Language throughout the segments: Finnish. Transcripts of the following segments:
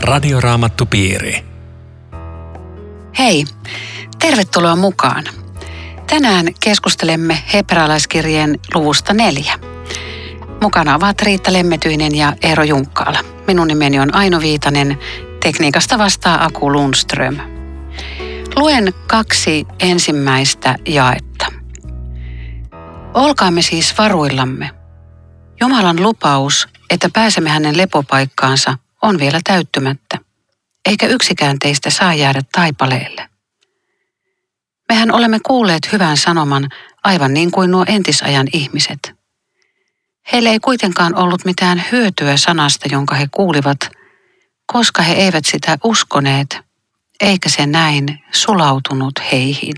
Radioraamattupiiri. Hei, tervetuloa mukaan. Tänään keskustelemme hebrealaiskirjeen luvusta 4. Mukana ovat Riitta Lemmetyinen ja Eero Junkkaala. Minun nimeni on Aino Viitanen, tekniikasta vastaa Aku Lundström. Luen 2 ensimmäistä jaetta. Olkaamme siis varuillamme. Jumalan lupaus, että pääsemme hänen lepopaikkaansa, on vielä täyttymättä, eikä yksikään teistä saa jäädä taipaleelle. Mehän olemme kuulleet hyvän sanoman aivan niin kuin nuo entisajan ihmiset. Heille ei kuitenkaan ollut mitään hyötyä sanasta, jonka he kuulivat, koska he eivät sitä uskoneet, eikä se näin sulautunut heihin.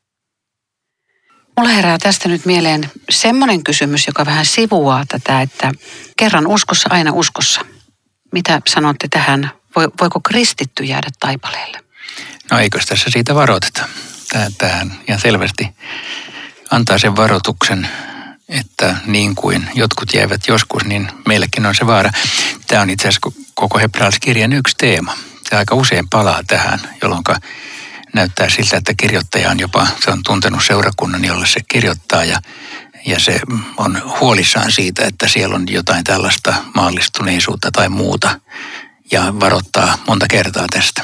Mulla herää tästä nyt mieleen semmoinen kysymys, joka vähän sivuaa tätä, että kerran uskossa, aina uskossa. Mitä sanotte tähän? Voiko kristitty jäädä taipaleelle? No eikös tässä siitä varoiteta? Tämähän ihan selvästi antaa sen varoituksen, että niin kuin jotkut jäivät joskus, niin meilläkin on se vaara. Tämä on itse asiassa koko hebrealaiskirjan yksi teema. Se aika usein palaa tähän, jolloin näyttää siltä, että kirjoittaja on se on tuntenut seurakunnan, jolle se kirjoittaa ja se on huolissaan siitä, että siellä on jotain tällaista maallistuneisuutta tai muuta ja varoittaa monta kertaa tästä.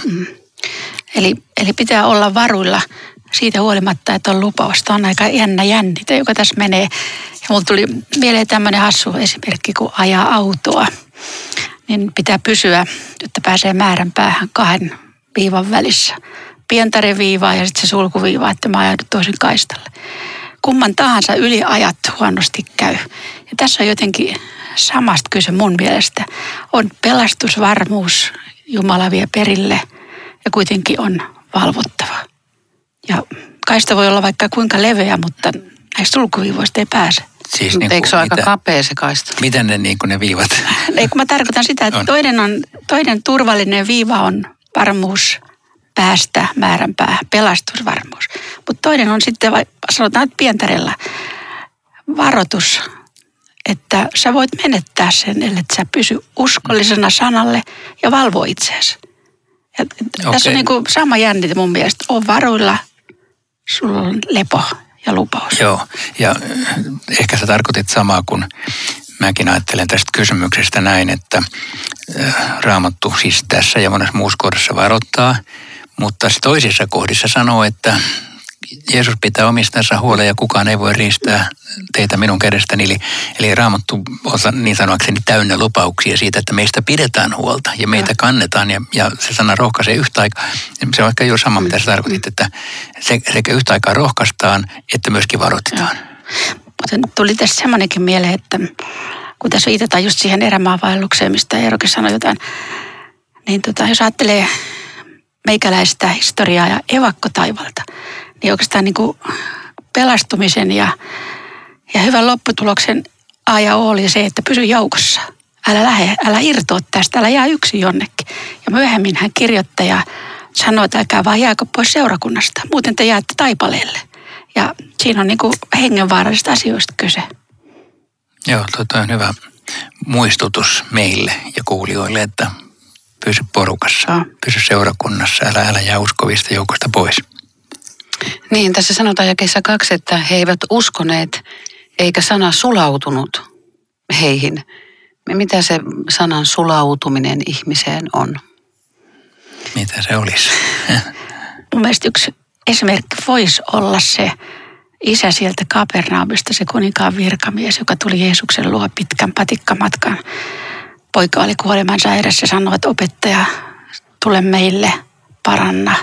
Eli pitää olla varuilla siitä huolimatta, että on lupausta. On aika jännite, joka tässä menee. Ja mulla tuli mieleen tämmöinen hassu esimerkki, kun ajaa autoa. Niin pitää pysyä, jotta pääsee määränpäähän 2 viivan välissä. Pientareviivaa ja sitten se sulkuviiva, että mä ajaudun toisen kaistalle. Kumman tahansa yliajat huonosti käy. Ja tässä on jotenkin samasta kyse mun mielestä. On pelastusvarmuus, Jumala vie perille ja kuitenkin on valvottava. Ja kaista voi olla vaikka kuinka leveä, mutta näistä sulkuviivoista ei pääse. Siis mutta eikö se ole aika kapea se kaista? Miten ne viivat? Ei, kun mä tarkoitan sitä, että toinen turvallinen viiva on varmuus päästä määränpäähän, pelastusvarmuus. Mutta toinen on sitten, sanotaan, että pientarella varoitus, että sä voit menettää sen, ellei sä pysy uskollisena sanalle ja valvo itseäsi. Tässä on niin kuin sama jännite mun mielestä. On varuilla, sulla on lepo ja lupaus. Joo, ja ehkä sä tarkoitit samaa kuin mäkin ajattelen tästä kysymyksestä näin, että Raamattu siis tässä ja monessa muussa kohdassa varoittaa, mutta toisissa kohdissa sanoo, että Jeesus pitää omistansa huolen ja kukaan ei voi riistää teitä minun kädestäni. Eli Raamattu on niin sanoakseni täynnä lupauksia siitä, että meistä pidetään huolta ja meitä kannetaan ja se sana rohkaisee yhtä aikaa. Se on ehkä jo sama, mitä sä tarkoitit, että sekä yhtä aikaa rohkaistaan, että myöskin varoitetaan. Mutta tuli tässä semmoinenkin mieleen, että kun tässä viitataan just siihen erämaavaellukseen, mistä Eerokin sanoi jotain, niin jos ajattelee meikäläistä historiaa ja evakkotaivalta, niin oikeastaan niin kuin pelastumisen ja hyvän lopputuloksen A ja O oli se, että pysy joukossa. Älä irtoa tästä, älä jää yksin jonnekin. Ja myöhemmin hän kirjoittaja sanoi, että älkää vaan jääkö pois seurakunnasta, muuten te jäätte taipaleelle. Ja siinä on niin kuin hengenvaarallisista asioista kyse. Joo, on hyvä muistutus meille ja kuulijoille, että pysy porukassa, pysy seurakunnassa, älä jää uskovista joukosta pois. Niin, tässä sanotaan jakeessa 2, että he eivät uskoneet eikä sana sulautunut heihin. Mitä se sanan sulautuminen ihmiseen on? Mitä se olisi? Mun mielestä yksi esimerkki voisi olla se isä sieltä Kapernaumista, se kuninkaan virkamies, joka tuli Jeesuksen luo pitkän patikkamatkan. Poika oli kuolemansa edessä ja sanoi, että opettaja, tule meille, paranna.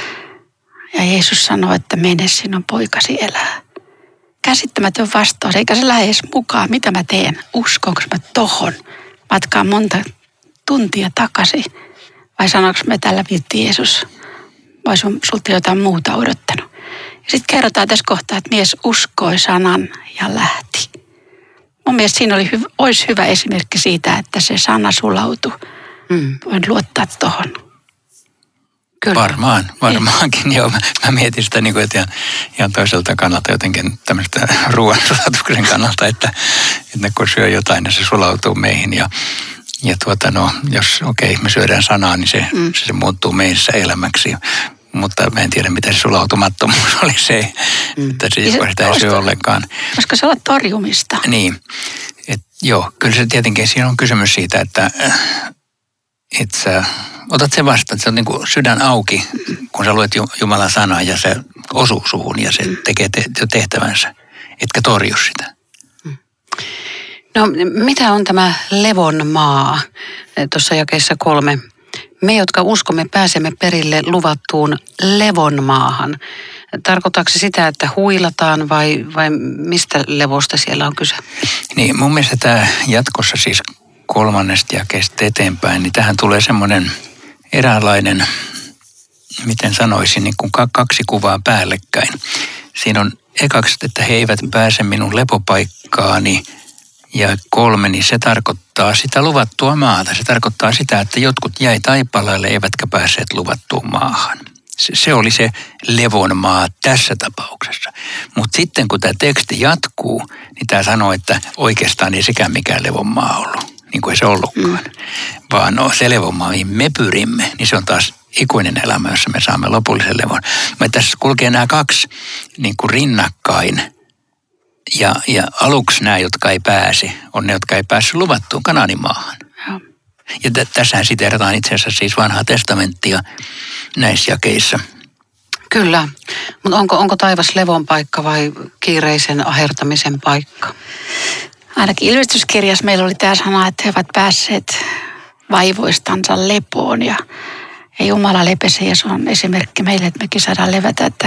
Ja Jeesus sanoi, että mene, sinun poikasi elää. Käsittämätön vastaus, eikä se lähde edes mukaan, mitä mä teen. Uskonko mä tohon? Matkaan monta tuntia takaisin. Vai sanoinko me tällä viitti Jeesus? Vai sulta jotain muuta odottanut? Ja sitten kerrotaan tässä kohtaa, että mies uskoi sanan ja lähti. Mun mielestä siinä olisi hyvä esimerkki siitä, että se sana sulautui. Voin luottaa tohon. Kyllä. Varmaankin. Joo, mä mietin sitä niin kuin, että ihan toiselta kannalta jotenkin tämmöistä ruoan sulatuksen kannalta, että kun syö jotain, niin se sulautuu meihin. Ja jos me syödään sanaa, niin se muuttuu meissä elämäksi. Mutta mä en tiedä, mitä se sulautumattomuus oli se, että sitä ei syö ollenkaan. Koska se olla torjumista. Niin. Joo, kyllä se tietenkin, siinä on kysymys siitä, että sä otat sen vastaan, että se on niin kuin sydän auki, kun sä luet Jumalan sanaa ja se osuu suhun ja se tekee tehtävänsä, etkä torju sitä. No, mitä on tämä levon maa? Tuossa jakeessa 3. Me, jotka uskomme, pääsemme perille luvattuun levon maahan. Tarkoittaako se sitä, että huilataan vai mistä levosta siellä on kyse? Niin, mun mielestä tämä jatkossa siis 3. jakeesta eteenpäin, niin tähän tulee semmoinen eräänlainen, miten sanoisin, niin kuin 2 kuvaa päällekkäin. Siinä on ekaksi, että he eivät pääse minun lepopaikkaani, ja 3, niin se tarkoittaa sitä luvattua maata. Se tarkoittaa sitä, että jotkut jäi taipaleelle eivätkä päässeet luvattuun maahan. Se oli se levon maa tässä tapauksessa. Mutta sitten kun tämä teksti jatkuu, niin tämä sanoo, että oikeastaan ei sekään mikään levon maa ollut, niin kuin ei se ollutkaan. Vaan se levon maa, mihin me pyrimme, niin se on taas ikuinen elämä, jossa me saamme lopullisen levon. Mutta tässä kulkee nämä 2 niin kuin rinnakkain. Ja aluksi nämä, jotka ei pääse, on ne, jotka ei päässyt luvattuun Kanaanin maahan. Ja tässähän siteerataan itse asiassa siis vanhaa testamenttia näissä jakeissa. Kyllä, mutta onko taivas levon paikka vai kiireisen ahertamisen paikka? Ainakin ilmestyskirjassa meillä oli tämä sana, että he ovat päässeet vaivoistansa lepoon ja Jumala lepesi ja se on esimerkki meille, että mekin saadaan levätä, että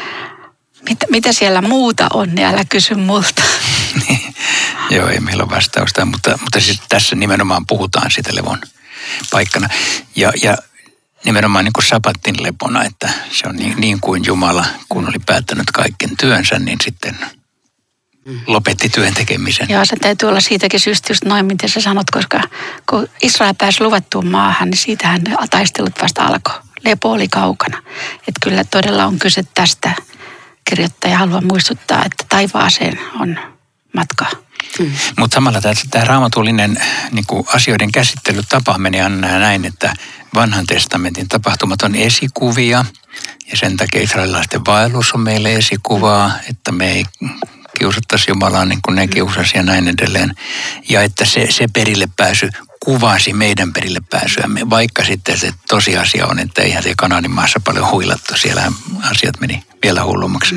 mitä siellä muuta on, niin älä kysy multa. Joo, ei meillä ole vastausta, mutta siis tässä nimenomaan puhutaan siitä levon paikkana. Ja nimenomaan niin kuin sapattin lepona, että se on niin kuin Jumala, kun oli päättänyt kaiken työnsä, niin sitten lopetti työn tekemisen. Joo, se täytyy olla siitäkin syystä just noin, miten sä sanot, koska kun Israel pääsi luvattuun maahan, niin siitähän ne taistelut vasta alkoi. Lepo oli kaukana. Että kyllä todella on kyse tästä. Kirjoittaja haluaa muistuttaa, että taivaaseen on matka. Mutta samalla tämä raamatullinen niin kuin asioiden käsittelytapa meni aina näin, että vanhan testamentin tapahtumat on esikuvia ja sen takia israelilaisten vaellus on meille esikuvaa, että me ei kiusattaisi Jumalaa niin kuin ne kiusasi ja näin edelleen. Ja että se perille pääsy kuvasi meidän perille pääsyämme, vaikka sitten se tosiasia on, että eihän se Kanaanin maassa paljon huilattu. Siellä asiat meni vielä hullummaksi.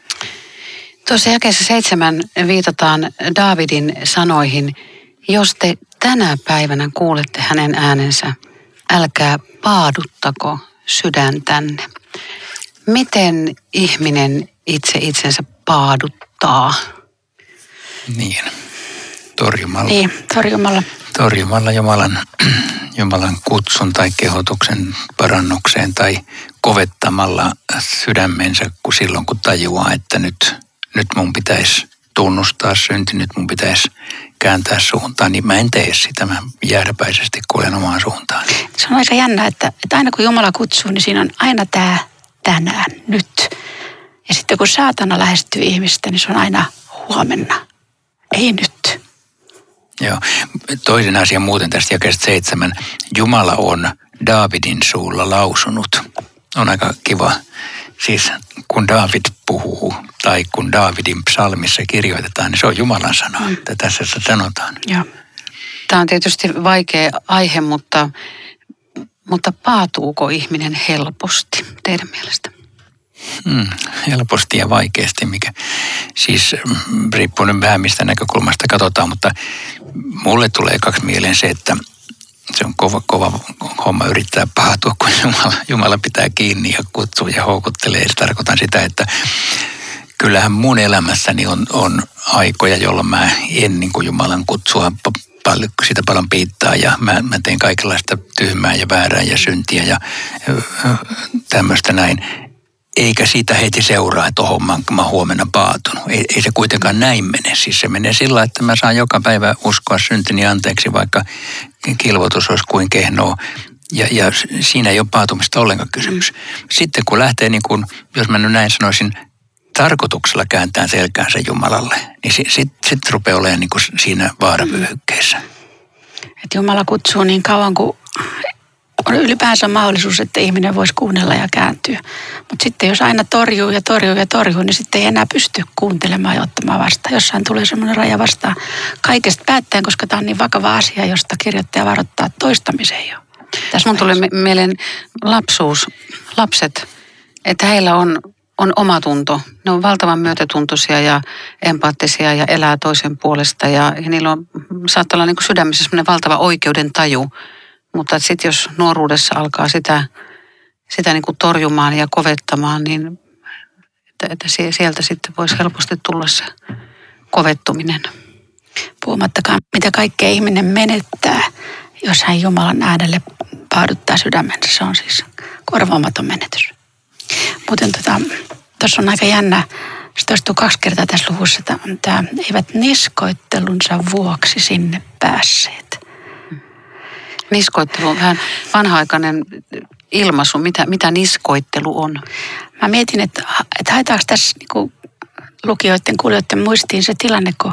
Tuossa jakeessa 7 viitataan Daavidin sanoihin, jos te tänä päivänä kuulette hänen äänensä, älkää paaduttako sydäntänne. Miten ihminen itse itsensä paaduttaa? Niin, torjumalla. Niin, torjumalla. Torjumalla Jumalan kutsun tai kehotuksen parannukseen tai kovettamalla sydämensä silloin, kun tajuaa, että nyt mun pitäisi tunnustaa synti, nyt mun pitäisi kääntää suuntaan, niin mä en tee sitä, mä jääräpäisesti kuljen omaan suuntaan. Se on aika jännä, että aina kun Jumala kutsuu, niin siinä on aina tämä tänään, nyt. Ja sitten kun saatana lähestyy ihmistä, niin se on aina huomenna, ei nyt. Joo. Toisen asian muuten tästä jakeesta 7. Jumala on Daavidin suulla lausunut. On aika kiva. Siis kun Daavid puhuu tai kun Daavidin psalmissa kirjoitetaan, niin se on Jumalan sana. Että tässä se sanotaan. Joo. Tämä on tietysti vaikea aihe, mutta paatuuko ihminen helposti teidän mielestä? Helposti ja vaikeasti, mikä siis riippuu nyt vähän mistä näkökulmasta katsotaan, mutta mulle tulee 2 mieleen se, että se on kova homma yrittää paatua, kun Jumala pitää kiinni ja kutsuu ja houkuttelee. Tarkoitan sitä, että kyllähän mun elämässäni on aikoja, jolloin mä en niin kuin Jumalan kutsua sitä paljon piittaa ja mä teen kaikenlaista tyhmää ja väärää ja syntiä ja tämmöistä näin. Eikä siitä heti seuraa, että mä oon huomenna paatunut. Ei se kuitenkaan näin mene. Siis se menee sillä, että mä saan joka päivä uskoa syntini anteeksi, vaikka kilvoitus olisi kuin kehnoa. Ja siinä ei ole paatumista ollenkaan kysymys. Sitten kun lähtee, niin kun, jos mä nyt näin sanoisin, tarkoituksella kääntää selkäänsä Jumalalle, niin sitten rupeaa olemaan niin kuin siinä vaaravyöhykkeessä. Että Jumala kutsuu niin kauan, kun on ylipäänsä mahdollisuus, että ihminen voisi kuunnella ja kääntyä. Mutta sitten jos aina torjuu, niin sitten ei enää pysty kuuntelemaan ja ottamaan vastaan. Jossain tulee semmoinen raja vastaan kaikesta päättäen, koska tämä on niin vakava asia, josta kirjoittaja varoittaa toistamiseen jo. Mun tuli mieleen lapsuus, lapset, että heillä on omatunto. Ne on valtavan myötätuntoisia ja empaattisia ja elää toisen puolesta ja niillä saattaa olla niin kuin sydämessä semmoinen valtava oikeuden taju. Mutta sitten jos nuoruudessa alkaa sitä niin kuin torjumaan ja kovettamaan, niin että sieltä sitten voisi helposti tulla se kovettuminen. Puhumattakaan, mitä kaikkea ihminen menettää, jos hän Jumalan äänelle paaduttaa sydämensä. Se on siis korvaamaton menetys. Muuten tuossa on aika jännä, se toistuu 2 kertaa tässä luvussa, että eivät niskoittelunsa vuoksi sinne päässeet. Niskoittelu on vähän vanha-aikainen ilmaisu. Mitä niskoittelu on? Mä mietin, että haetaanko tässä niinku lukijoiden, kuulijoiden muistiin se tilanne, kun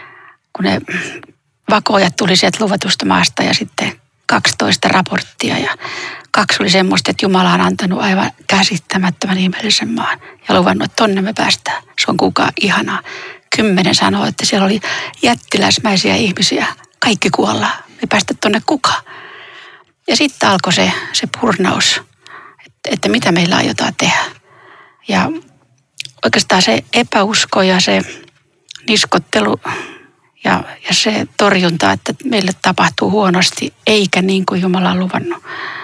ne vakoojat tuli sieltä luvatusta maasta ja sitten 12 raporttia ja 2 oli semmoista, että Jumala on antanut aivan käsittämättömän ihmeellisen maan ja luvannut, että tonne me päästään. Se on kukaan ihanaa. 10 sanoo, että siellä oli jättiläismäisiä ihmisiä. Kaikki kuollaan. Me päästä tonne kukaan. Ja sitten alkoi se purnaus, että mitä meillä aiotaan tehdä. Ja oikeastaan se epäusko ja se niskottelu ja se torjunta, että meille tapahtuu huonosti, eikä niin kuin Jumala on luvannut.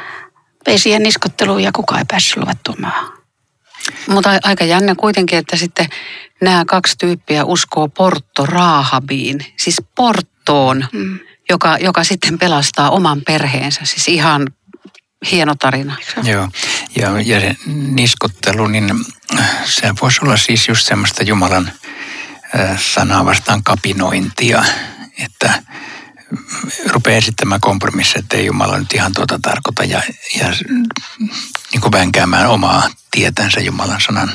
Ei siihen niskotteluun ja kukaan ei päässyt luvattuun maahan. Mutta aika jännä kuitenkin, että sitten nämä 2 tyyppiä uskoo Porto Raahabiin, siis Porttoon, joka sitten pelastaa oman perheensä. Siis ihan hieno tarina. Joo, ja se niskottelu, niin se voisi olla siis just semmoista Jumalan sanaa vastaan kapinointia, että rupeaa esittämään kompromissia, että ei Jumala nyt ihan tuota tarkoita ja niin kuin vänkäämään omaa tietänsä Jumalan sanan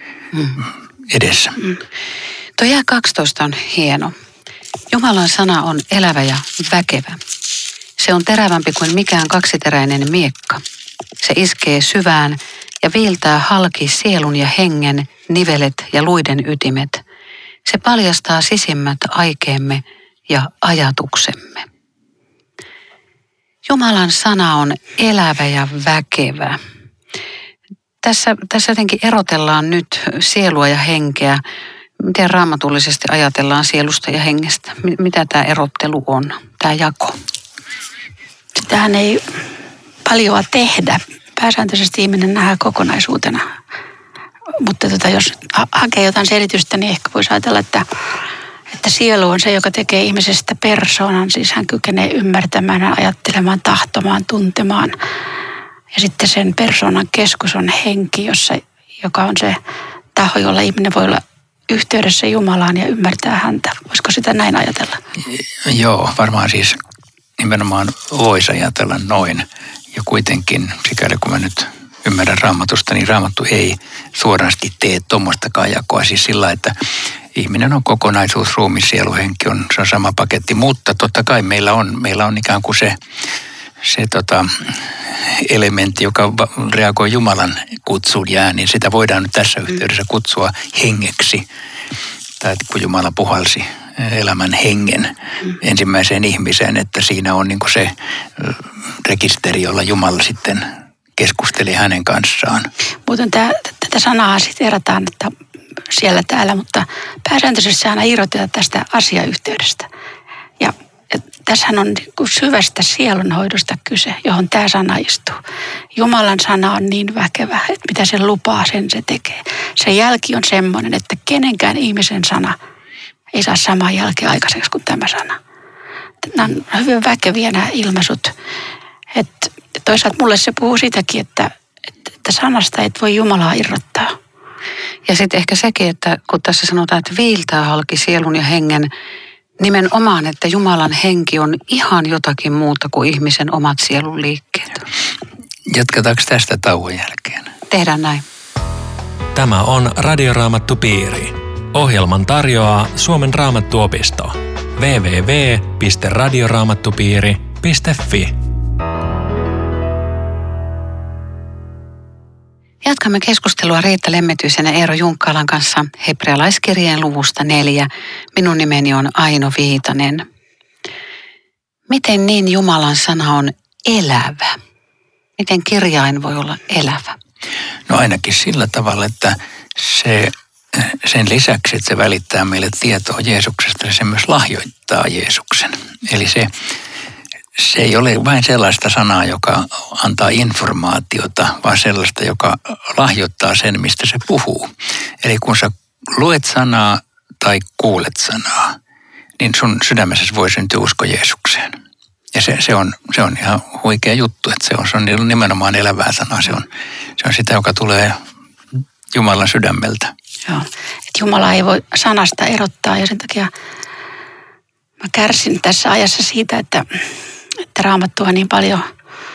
edessä. Tuo jae 12 on hieno. Jumalan sana on elävä ja väkevä. Se on terävämpi kuin mikään kaksiteräinen miekka. Se iskee syvään ja viiltää halki sielun ja hengen, nivelet ja luiden ytimet. Se paljastaa sisimmät aikeemme ja ajatuksemme. Jumalan sana on elävä ja väkevä. Tässä jotenkin erotellaan nyt sielua ja henkeä. Miten raamatullisesti ajatellaan sielusta ja hengestä? Mitä tämä erottelu on, tämä jako? Tähän ei paljoa tehdä. Pääsääntöisesti ihminen nähdään kokonaisuutena. Mutta jos hakee jotain selitystä, niin ehkä voisi ajatella, että sielu on se, joka tekee ihmisestä persoonan. Siis hän kykenee ymmärtämään, ajattelemaan, tahtomaan, tuntemaan. Ja sitten sen persoonan keskus on henki, joka on se taho, jolla ihminen voi olla yhteydessä Jumalaan ja ymmärtää häntä. Voisiko sitä näin ajatella? Joo, varmaan siis nimenomaan voisi ajatella noin. Ja kuitenkin, sikäli kun mä nyt ymmärrän Raamatusta, niin Raamattu ei suorasti tee tuommoistakaan jakoa. Siis sillä, että ihminen on kokonaisuus, ruumi, sielu, henki, se on sama paketti. Mutta totta kai meillä on ikään kuin se elementti, joka reagoi Jumalan kutsuun niin sitä voidaan nyt tässä yhteydessä kutsua hengeksi. Tai kun Jumala puhalsi elämän hengen ensimmäiseen ihmiseen, että siinä on niin kuin se rekisteri, jolla Jumala sitten keskusteli hänen kanssaan. Muuten tätä sanaa sitten erataan, että siellä täällä, mutta pääsääntöisesti se aina irrotetaan tästä asiayhteydestä. Ja tässähän on syvästä sielunhoidosta kyse, johon tämä sana istuu. Jumalan sana on niin väkevä, että mitä se lupaa, sen se tekee. Se jälki on semmoinen, että kenenkään ihmisen sana ei saa samaa jälkeä aikaiseksi kuin tämä sana. Nämä on hyvin väkeviä nämä ilmaisut. Että toisaalta mulle se puhuu sitäkin, että sanasta et voi Jumalaa irrottaa. Ja sitten ehkä sekin, että kun tässä sanotaan, että viiltää halki sielun ja hengen, nimenomaan, että Jumalan henki on ihan jotakin muuta kuin ihmisen omat sielun liikkeet. Jatketaanko tästä tauon jälkeen? Tehdään näin. Tämä on Radio Raamattu Piiri. Ohjelman tarjoaa Suomen Raamattuopisto. www.radioraamattupiiri.fi. Jatkamme keskustelua Riitta Lemmetyisen ja Eero Junkkalan kanssa Hebrealaiskirjeen luvusta 4. Minun nimeni on Aino Viitanen. Miten niin Jumalan sana on elävä? Miten kirjain voi olla elävä? No ainakin sillä tavalla, että sen lisäksi, että se välittää meille tietoa Jeesuksesta, se myös lahjoittaa Jeesuksen. Eli se ei ole vain sellaista sanaa, joka antaa informaatiota, vaan sellaista, joka lahjoittaa sen, mistä se puhuu. Eli kun sä luet sanaa tai kuulet sanaa, niin sun sydämessä voi syntyä usko Jeesukseen. Ja se on ihan huikea juttu, että se on nimenomaan elävää sanaa. Se on sitä, joka tulee Jumalan sydämeltä. Joo, että Jumala ei voi sanasta erottaa ja sen takia mä kärsin tässä ajassa siitä, että Raamattua niin paljon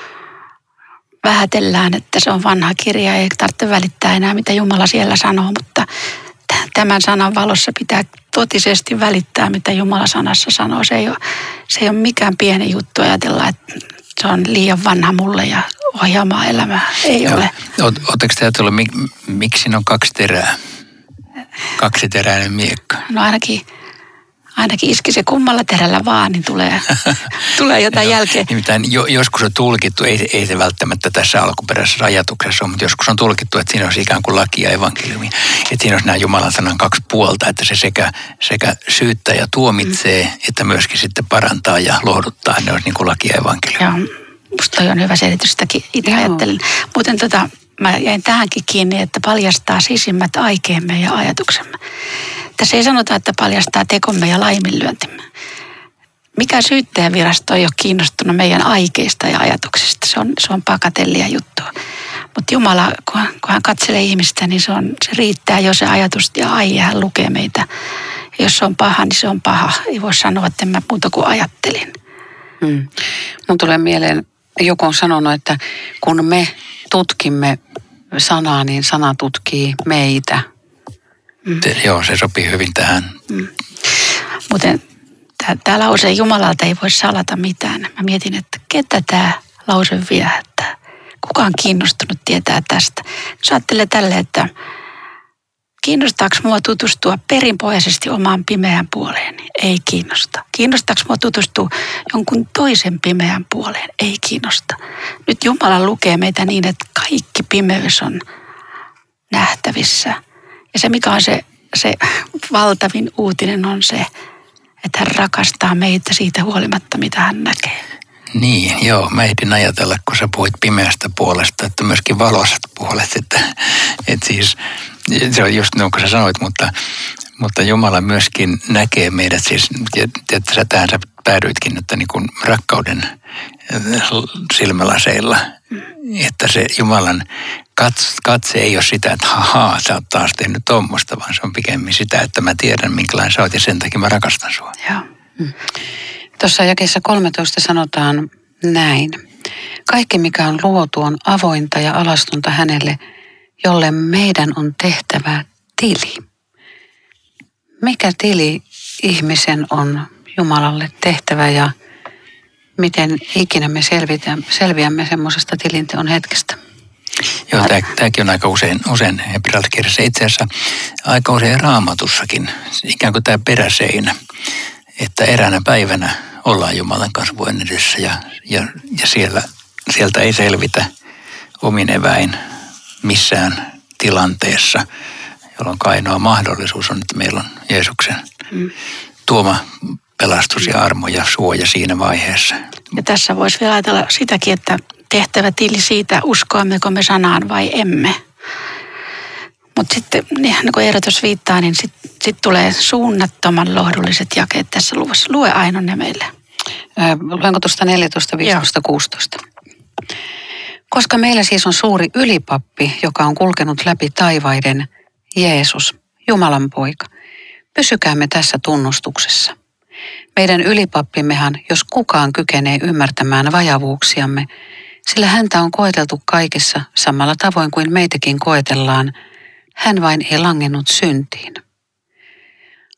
vähätellään, että se on vanha kirja, ei tarvitse välittää enää mitä Jumala siellä sanoo, mutta tämän sanan valossa pitää totisesti välittää, mitä Jumala sanassa sanoo. Se ei ole mikään pieni juttu ajatella, että se on liian vanha mulle ja ohjaamaan elämää. Ei ole. Oletteko te ajatellut, miksi siinä on 2 terää? 2-teräinen miekka. No ainakin iski se kummalla terällä vaan, niin tulee jotain jälkeen. Nimittäin joskus on tulkittu, ei se välttämättä tässä alkuperäisessä ajatuksessa ole, mutta joskus on tulkittu, että siinä olisi ikään kuin laki ja evankeliumi. Että siinä olisi nämä Jumalan sanan 2 puolta, että se sekä syyttää ja tuomitsee, että myöskin sitten parantaa ja lohduttaa. Ne olisi niin kuin laki ja evankeliumi. Joo, musta toi on hyvä selitys, sitäkin itse ajattelin. Muuten mä jäin tähänkin kiinni, että paljastaa sisimmät aikeemme ja ajatuksemme. Tässä ei sanota, että paljastaa tekomme ja laiminlyöntimme. Mikä syyttäjävirasto ei ole kiinnostunut meidän aikeista ja ajatuksista. Se on pakatellia juttua. Mutta Jumala, kun hän katselee ihmistä, niin se riittää jo se ajatus ja aie. Hän lukee meitä. Ja jos se on paha, niin se on paha. Ei voi sanoa, että en mä muuta kuin ajattelin. Mun tulee mieleen, joku on sanonut, että kun me tutkimme sanaa, niin sana tutkii meitä. Joo, se sopii hyvin tähän. Muuten tämä lause Jumalalta ei voi salata mitään. Mä mietin, että ketä tämä lause viehättää. Kuka on kiinnostunut tietää tästä? Jos ajattelee tälle, että kiinnostaako mua tutustua perinpohjaisesti omaan pimeään puoleen? Ei kiinnosta. Kiinnostaako mua tutustua jonkun toisen pimeään puoleen? Ei kiinnosta. Nyt Jumala lukee meitä niin, että kaikki pimeys on nähtävissä. Ja se, mikä on se valtavin uutinen, on se, että hän rakastaa meitä siitä huolimatta, mitä hän näkee. Niin, joo. Mä ehdin ajatella, kun sä puhuit pimeästä puolesta, että myöskin valoisat puolet. Että siis, se on just niin kuin sä sanoit, mutta Jumala myöskin näkee meidät. Siis, että sä tähän sä päädyitkin, että niin kuin rakkauden silmälaseilla. Että se Jumalan katse ei ole sitä, että hahaa, sä oot taas tehnyt tommoista, vaan se on pikemmin sitä, että mä tiedän, minkälainen sä oot ja sen takia mä rakastan sua. Joo. Tuossa jakeessa 13 sanotaan näin. Kaikki, mikä on luotu, on avointa ja alastonta hänelle, jolle meidän on tehtävä tili. Mikä tili ihmisen on Jumalalle tehtävä ja miten ikinä me selviämme semmoisesta tilinteon hetkestä? Joo, tämäkin on aika usein hebrealaiskirjassa. Itse asiassa aika usein Raamatussakin, ikään kuin tämä peräseinä, että eräänä päivänä ollaan Jumalan kasvojen edessä ja sieltä ei selvitä omin eväin missään tilanteessa, jolloin ainoa mahdollisuus on, että meillä on Jeesuksen tuoma pelastus ja armo ja suoja siinä vaiheessa. Ja tässä voisi vielä ajatella sitäkin, että tehtävä tili siitä, uskoammeko me sanaan vai emme. Mutta sitten, niin kun Eero tuossa viittaa, niin sitten tulee suunnattoman lohdulliset jakeet tässä luvussa. Lue Aino ne meille. Luenko tuosta 14, 15, 16? Koska meillä siis on suuri ylipappi, joka on kulkenut läpi taivaiden, Jeesus, Jumalan poika. Pysykäämme tässä tunnustuksessa. Meidän ylipappimmehan, jos kukaan kykenee ymmärtämään vajavuuksiamme, sillä häntä on koeteltu kaikessa samalla tavoin kuin meitäkin koetellaan, hän vain ei langennut syntiin.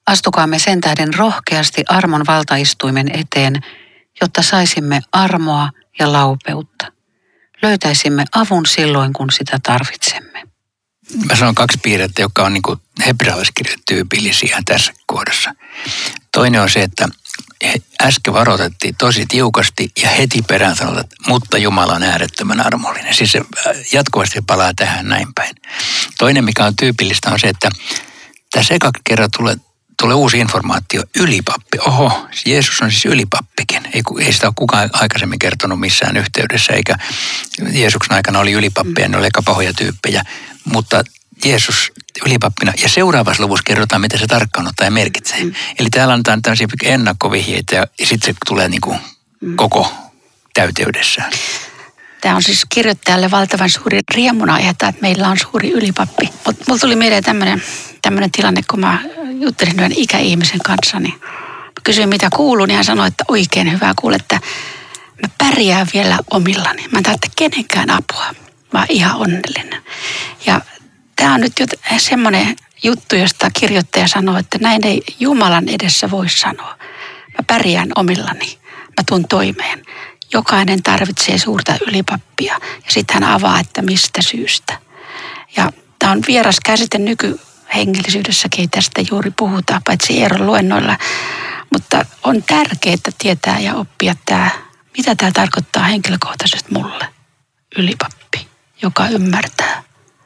Astukaamme sen tähden rohkeasti armon valtaistuimen eteen, jotta saisimme armoa ja laupeutta. Löytäisimme avun silloin, kun sitä tarvitsemme. Mä sanon 2 piirrettä, jotka on niin kuin hebrealaiskirjojen tyypillisiä tässä kohdassa. Toinen on se, että äsken varoitettiin tosi tiukasti ja heti perään sanotaan, että mutta Jumala on äärettömän armollinen. Siis se jatkuvasti palaa tähän näin päin. Toinen, mikä on tyypillistä, on se, että tässä eka kerran tulee uusi informaatio, ylipappi. Oho, Jeesus on siis ylipappikin. Ei sitä ole kukaan aikaisemmin kertonut missään yhteydessä, eikä Jeesuksen aikana oli ylipappeja, ne oli aika pahoja tyyppejä. Mutta Jeesus ylipappina, ja seuraavassa luvussa kerrotaan, mitä se tarkkaan ottaa ja merkitsee. Eli täällä annetaan tämmöisiä ennakkovihjeitä ja sitten se tulee niin kuin koko täyteydessään. Tämä on siis kirjoittajalle valtavan suuri riemuna ajatella, että meillä on suuri ylipappi. Mutta mulla tuli mieleen tämmöinen tilanne, kun mä juttelin yhden ikäihmisen kanssa, niin mä kysyin, mitä kuuluu, niin hän sanoi, että oikein hyvä kuule, että mä pärjään vielä omillani. Mä en tarvitse kenenkään apua. Mä oon ihan onnellinen. Ja tämä on nyt semmoinen juttu, josta kirjoittaja sanoo, että näin ei Jumalan edessä voi sanoa. Mä pärjään omillani. Mä tuun toimeen. Jokainen tarvitsee suurta ylipappia ja sitten hän avaa, että mistä syystä. Ja tämä on vieras käsite nykyhengellisyydessäkin, ei tästä juuri puhuta, paitsi Eeron luennoilla. Mutta on tärkeää tietää ja oppia mitä tämä tarkoittaa henkilökohtaisesti mulle. Ylipappi, joka ymmärtää.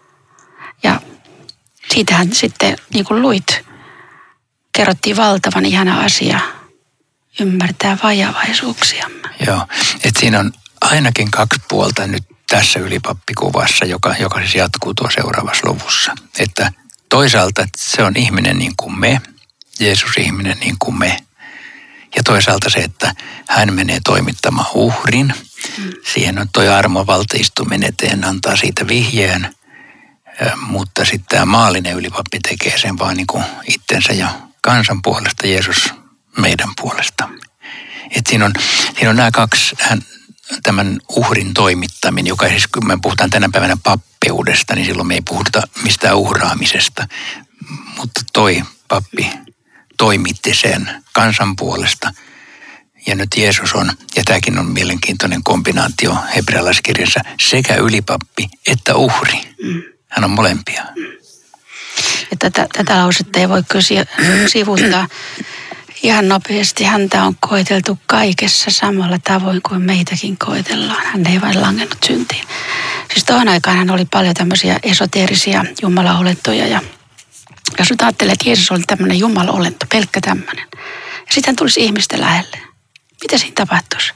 Ja siitähän sitten, niin kuin luit, kerrottiin valtavan ihana asia. Ymmärtää vajavaisuuksiamme. Joo, että siinä on ainakin 2 puolta nyt tässä ylipappikuvassa, joka siis jatkuu tuo seuraavassa luvussa. Että toisaalta että se on ihminen niin kuin me, Jeesus ihminen niin kuin me. Ja toisaalta se, että hän menee toimittamaan uhrin. Siihen on toi armon valtaistuimen eteen, antaa siitä vihjeen. Mutta sitten tämä maallinen ylipappi tekee sen vaan niin kuin itsensä ja kansan puolesta, Jeesus meidän puolestamme. Että siinä on nämä 2, tämän uhrin toimittaminen, joka siis kun me puhutaan tänä päivänä pappeudesta, niin silloin me ei puhuta mistään uhraamisesta. Mutta toi pappi toimitti sen kansan puolesta. Ja nyt Jeesus on, ja tämäkin on mielenkiintoinen kombinaatio hebrealaiskirjassa, sekä ylipappi että uhri. Hän on molempia. Ja tätä lausetta ei voi kyllä sivuuttaa ihan nopeasti. Häntä on koeteltu kaikessa samalla tavoin kuin meitäkin koetellaan. Hän ei vain langennut syntiin. Siis tuohon aikaan hän oli paljon tämmöisiä esoteerisia jumalaolentoja. Ja jos nyt ajattelee, että Jeesus oli tämmöinen jumalaolento, pelkkä tämmöinen. Ja sitten hän tulisi ihmisten lähelle. Mitä siinä tapahtuisi?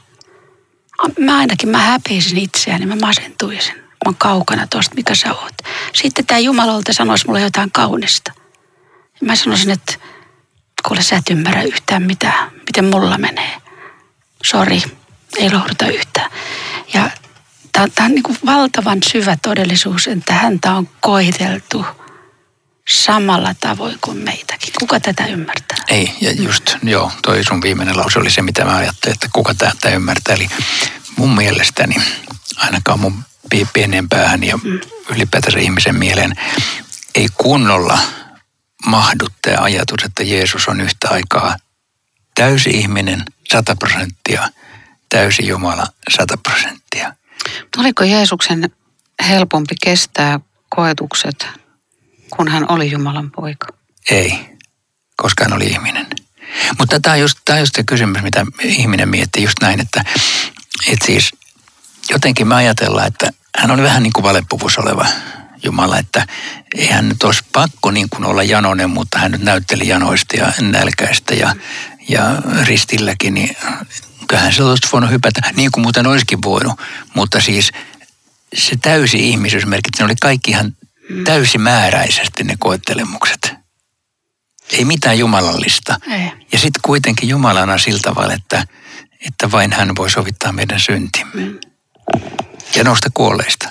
Mä häpeisin itseäni, mä masentuisin. Mä oon kaukana tuosta, mikä sä oot. Sitten tämä Jumalalta sanoisi mulle jotain kaunista. Ja mä sanoisin, että kuule, sä et ymmärrä yhtään miten mulla menee. Sori, ei lohduta yhtään. Ja tämä on niin kuin valtavan syvä todellisuus, että häntä on koeteltu samalla tavoin kuin meitäkin. Kuka tätä ymmärtää? Ei, ja just, toi sun viimeinen lause oli se, mitä mä ajattelin, että kuka tätä ymmärtää. Eli mun mielestäni, ainakaan mun pienen päähän ja ylipäätänsä ihmisen mieleen, ei kunnolla mahdu tämä ajatus, että Jeesus on yhtä aikaa täysi ihminen 100%, täysi Jumala 100%. Oliko Jeesuksen helpompi kestää koetukset, kun hän oli Jumalan poika? Ei, koska hän oli ihminen. Mutta tämä on just se kysymys, mitä ihminen miettii just näin, että siis jotenkin me ajatellaan, että hän oli vähän niin kuin valepuvussa oleva Jumala, että ei hän nyt olisi pakko niin kuin olla janoinen, mutta hän nyt näytteli janoista ja nälkäistä ja ristilläkin, niin kyllähän se olisi voinut hypätä, niin kuin muuten olisikin voinut. Mutta siis se täysi ihmisyys merkitsi, ne oli kaikki ihan täysimääräisesti ne koettelemukset. Ei mitään jumalallista. Ei. Ja sitten kuitenkin Jumalana sillä tavalla, että vain hän voi sovittaa meidän syntimme. Ja nousta kuolleista.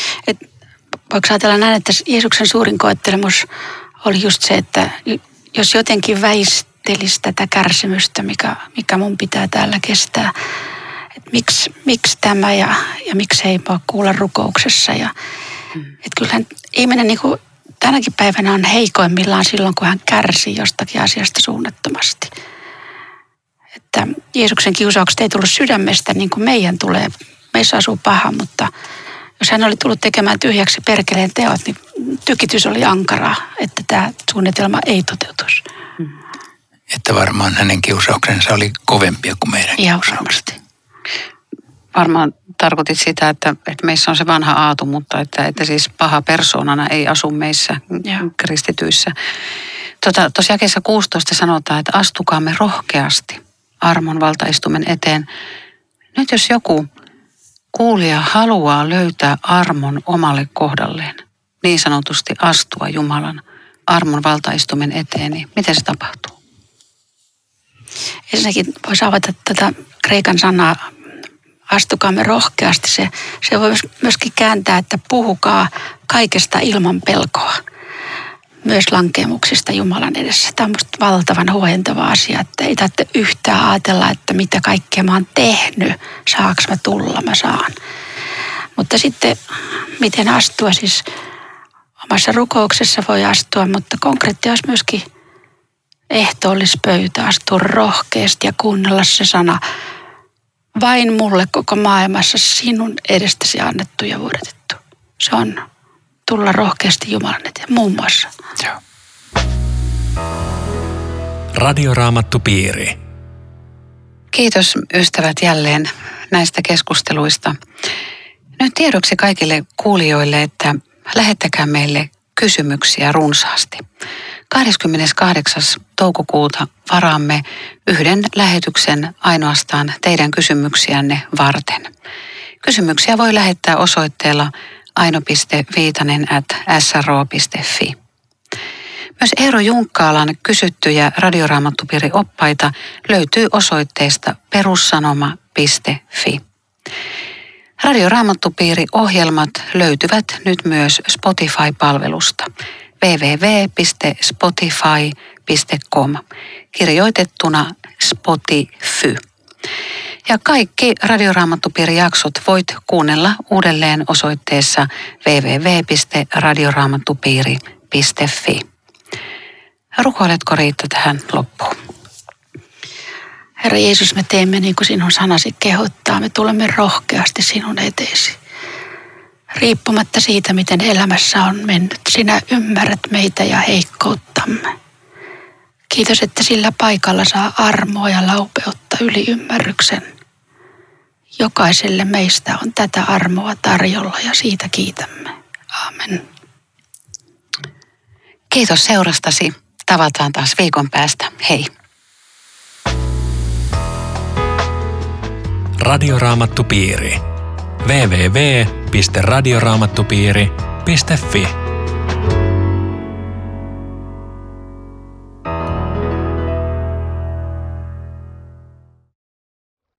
Voiko ajatella näin, että Jeesuksen suurin koettelemus oli just se, että jos jotenkin väistelisi tätä kärsimystä, mikä mun pitää täällä kestää, että miksi tämä ja miksi ei voi kuulla rukouksessa. Ja, että kyllähän ihminen niin kuin tänäkin päivänä on heikoimmillaan silloin, kun hän kärsii jostakin asiasta suunnattomasti. Että Jeesuksen kiusaukset ei tullut sydämestä niin kuin meidän tulee. Meissä asuu paha, mutta jos hän oli tullut tekemään tyhjäksi perkeleen teot, niin tykitys oli ankaraa, että tämä suunnitelma ei toteutuisi. Että varmaan hänen kiusauksensa oli kovempia kuin meidän kiusaukset. Varmaan tarkoitit sitä, että meissä on se vanha aatu, mutta että siis paha persoonana ei asu meissä kristityissä. Tuossa jakeessa 16 sanotaan, että astukaamme rohkeasti armon valtaistumen eteen. Nyt jos joku kuulija haluaa löytää armon omalle kohdalleen, niin sanotusti astua Jumalan armon valtaistumen eteen, niin miten se tapahtuu? Ensinnäkin voisi avata tätä kreikan sanaa astukaamme rohkeasti. Se voi myöskin kääntää, että puhukaa kaikesta ilman pelkoa. Myös lankemuksista Jumalan edessä. Tämä on minusta valtavan huojentava asia, että ei tarvitse yhtään ajatella, että mitä kaikkea mä oon tehnyt, saaks mä tulla, mä saan. Mutta sitten miten astua, siis omassa rukouksessa voi astua, mutta konkreettia olisi myöskin ehtoollispöytä, astua rohkeasti ja kuunnella se sana. Vain mulle koko maailmassa sinun edestäsi annettu ja vuodatettu. Se on tulla rohkeasti Jumalan eteen, muun muassa. Joo. Radioraamattupiiri. Kiitos ystävät jälleen näistä keskusteluista. Nyt tiedoksi kaikille kuulijoille, että lähettäkää meille kysymyksiä runsaasti. 28. toukokuuta varaamme yhden lähetyksen ainoastaan teidän kysymyksiänne varten. Kysymyksiä voi lähettää osoitteella aino.viitanen@sro.fi. Myös Eero Junkkaalan kysyttyjä Radioraamattupiiri-oppaita löytyy osoitteesta perussanoma.fi. Radioraamattupiiri-ohjelmat löytyvät nyt myös Spotify-palvelusta www.spotify.com kirjoitettuna Spotify. Ja kaikki Radioraamattupiiri-jaksot voit kuunnella uudelleen osoitteessa www.radioraamattupiiri.fi. Rukoiletko Riitta tähän loppuun? Herra Jeesus, me teemme niin kuin sinun sanasi kehottaa. Me tulemme rohkeasti sinun eteesi. Riippumatta siitä, miten elämässä on mennyt, sinä ymmärrät meitä ja heikkouttamme. Kiitos, että sillä paikalla saa armoa ja laupeutta yli ymmärryksen. Jokaiselle meistä on tätä armoa tarjolla ja siitä kiitämme. Aamen. Kiitos seurastasi. Tavataan taas viikon päästä. Hei. Radioraamattupiiri. www.radioraamattupiiri.fi